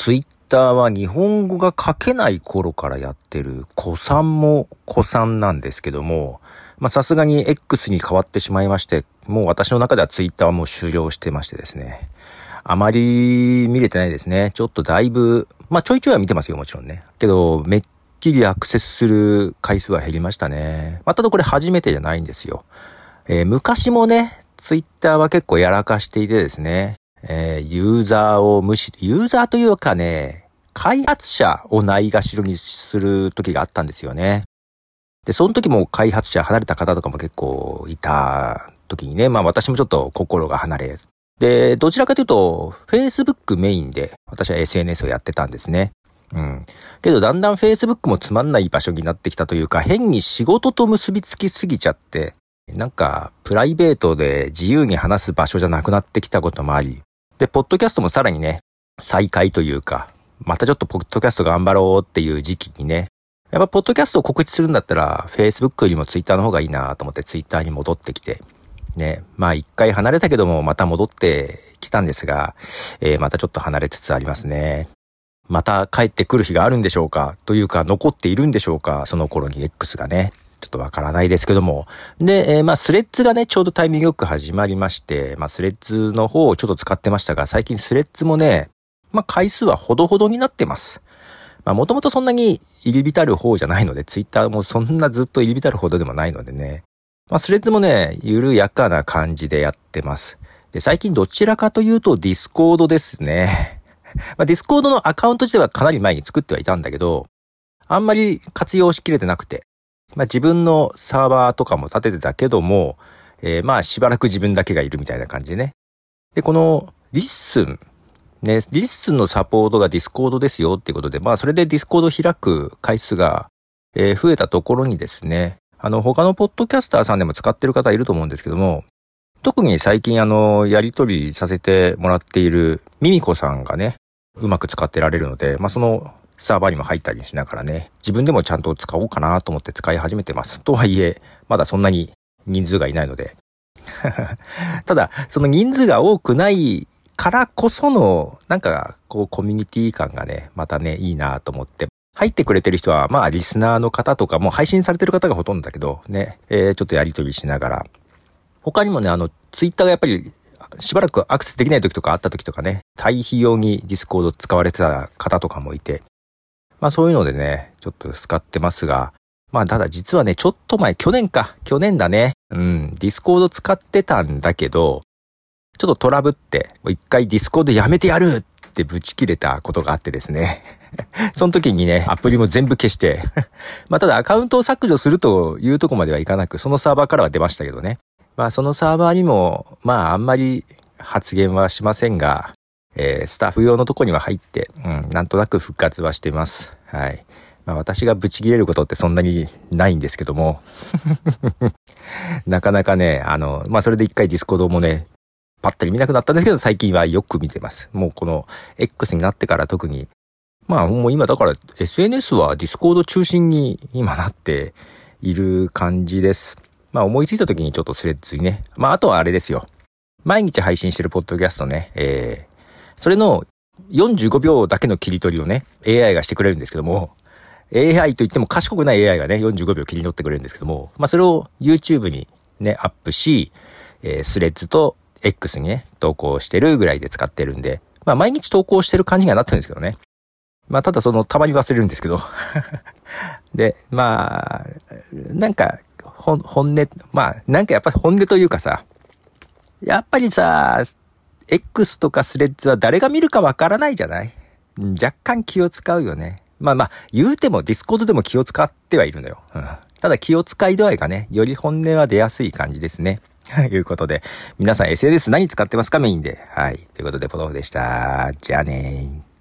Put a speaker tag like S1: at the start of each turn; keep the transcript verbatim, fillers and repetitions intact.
S1: ツイッターは日本語が書けない頃からやってる古参も古参なんですけども、まあさすがに X に変わってしまいまして、もう私の中ではツイッターはもう終了してましてですね。あまり見れてないですね。ちょっとだいぶ、まあちょいちょいは見てますよ、もちろんね。けど、めっきりアクセスする回数は減りましたね。まあただこれ初めてじゃないんですよ。えー、昔もね、ツイッターは結構やらかしていてですね、えー、ユーザーを無視、ユーザーというかね、開発者をないがしろにする時があったんですよね。で、その時も開発者離れた方とかも結構いた時にね、まあ私もちょっと心が離れ、で、どちらかというと、Facebook メインで私は エスエヌエス をやってたんですね。うん。けどだんだん Facebook もつまんない場所になってきたというか、変に仕事と結びつきすぎちゃって、なんかプライベートで自由に話す場所じゃなくなってきたこともあり、で、ポッドキャストもさらにね、再開というか、またちょっとポッドキャスト頑張ろうっていう時期にね、やっぱポッドキャストを告知するんだったら、Facebook よりも Twitter の方がいいなと思って Twitter に戻ってきて、ね、まあ一回離れたけどもまた戻ってきたんですが、えー、またちょっと離れつつありますね。また帰ってくる日があるんでしょうかというか、残っているんでしょうか、その頃に X がね。ちょっとわからないですけども。で、えー、まあスレッズがね、ちょうどタイミングよく始まりまして、まあスレッズの方をちょっと使ってましたが、最近スレッズもね、まあ回数はほどほどになってます。まあもともとそんなに入り浸る方じゃないので、ツイッターもそんなずっと入り浸るほどでもないのでね。まあスレッズもね、緩やかな感じでやってます。で、最近どちらかというとディスコードですね。まあディスコードのアカウント自体はかなり前に作ってはいたんだけど、あんまり活用しきれてなくて、まあ自分のサーバーとかも立ててたけども、えー、まあしばらく自分だけがいるみたいな感じでね。で、このリッスン、ね、リッスンのサポートがディスコードですよっていうことで、まあそれでディスコードを開く回数が、えー、増えたところにですね、あの他のポッドキャスターさんでも使ってる方いると思うんですけども、特に最近あのやり取りさせてもらっているミミコさんがね、うまく使ってられるので、まあそのサーバーにも入ったりしながらね、自分でもちゃんと使おうかなと思って使い始めてます。とはいえ、まだそんなに人数がいないので。ただ、その人数が多くないからこその、なんか、こう、コミュニティ感がね、またね、いいなと思って。入ってくれてる人は、まあ、リスナーの方とか、もう配信されてる方がほとんどだけど、ね、えー、ちょっとやりとりしながら。他にもね、あの、ツイッターがやっぱり、しばらくアクセスできない時とかあった時とかね、対比用にディスコード使われてた方とかもいて、まあそういうのでね、ちょっと使ってますが、まあただ実はね、ちょっと前、去年か、去年だね、うん、ディスコード使ってたんだけど、ちょっとトラブって、もう一回ディスコードやめてやるってブチ切れたことがあってですね。その時にね、アプリも全部消して、まあただアカウントを削除するというとこまではいかなく、そのサーバーからは出ましたけどね。まあそのサーバーにも、まああんまり発言はしませんが、えー、スタッフ用のとこには入って、うん、なんとなく復活はしてます。はい。まあ私がブチ切れることってそんなにないんですけども。なかなかね、あの、まあそれで一回ディスコードもね、パッタリ見なくなったんですけど、最近はよく見てます。もうこの X になってから特に、まあもう今だから エスエヌエス はディスコード中心に今なっている感じです。まあ思いついた時にちょっとスレッズにね、まああとはあれですよ。毎日配信してるポッドキャストね、えー、それのよんじゅうごびょうだけの切り取りをね、エーアイ がしてくれるんですけども、エーアイ といっても賢くない エーアイ がね、よんじゅうごびょう切り取ってくれるんですけども、まあそれを YouTube にね、アップし、えー、スレッズと X にね、投稿してるぐらいで使ってるんで、まあ毎日投稿してる感じにはなってるんですけどね。まあただその、たまに忘れるんですけど。で、まあ、なんか、ほん、本音、まあ、なんかやっぱり本音というかさ、やっぱりさ、X とかスレッズは誰が見るかわからないじゃない？若干気を使うよね。まあまあ、言うてもディスコードでも気を使ってはいるのよ。うん、ただ気を使い度合いがね、より本音は出やすい感じですね。ということで、皆さん エスエヌエス 何使ってますかメインで。はい。ということで、ポトフでした。じゃあねー。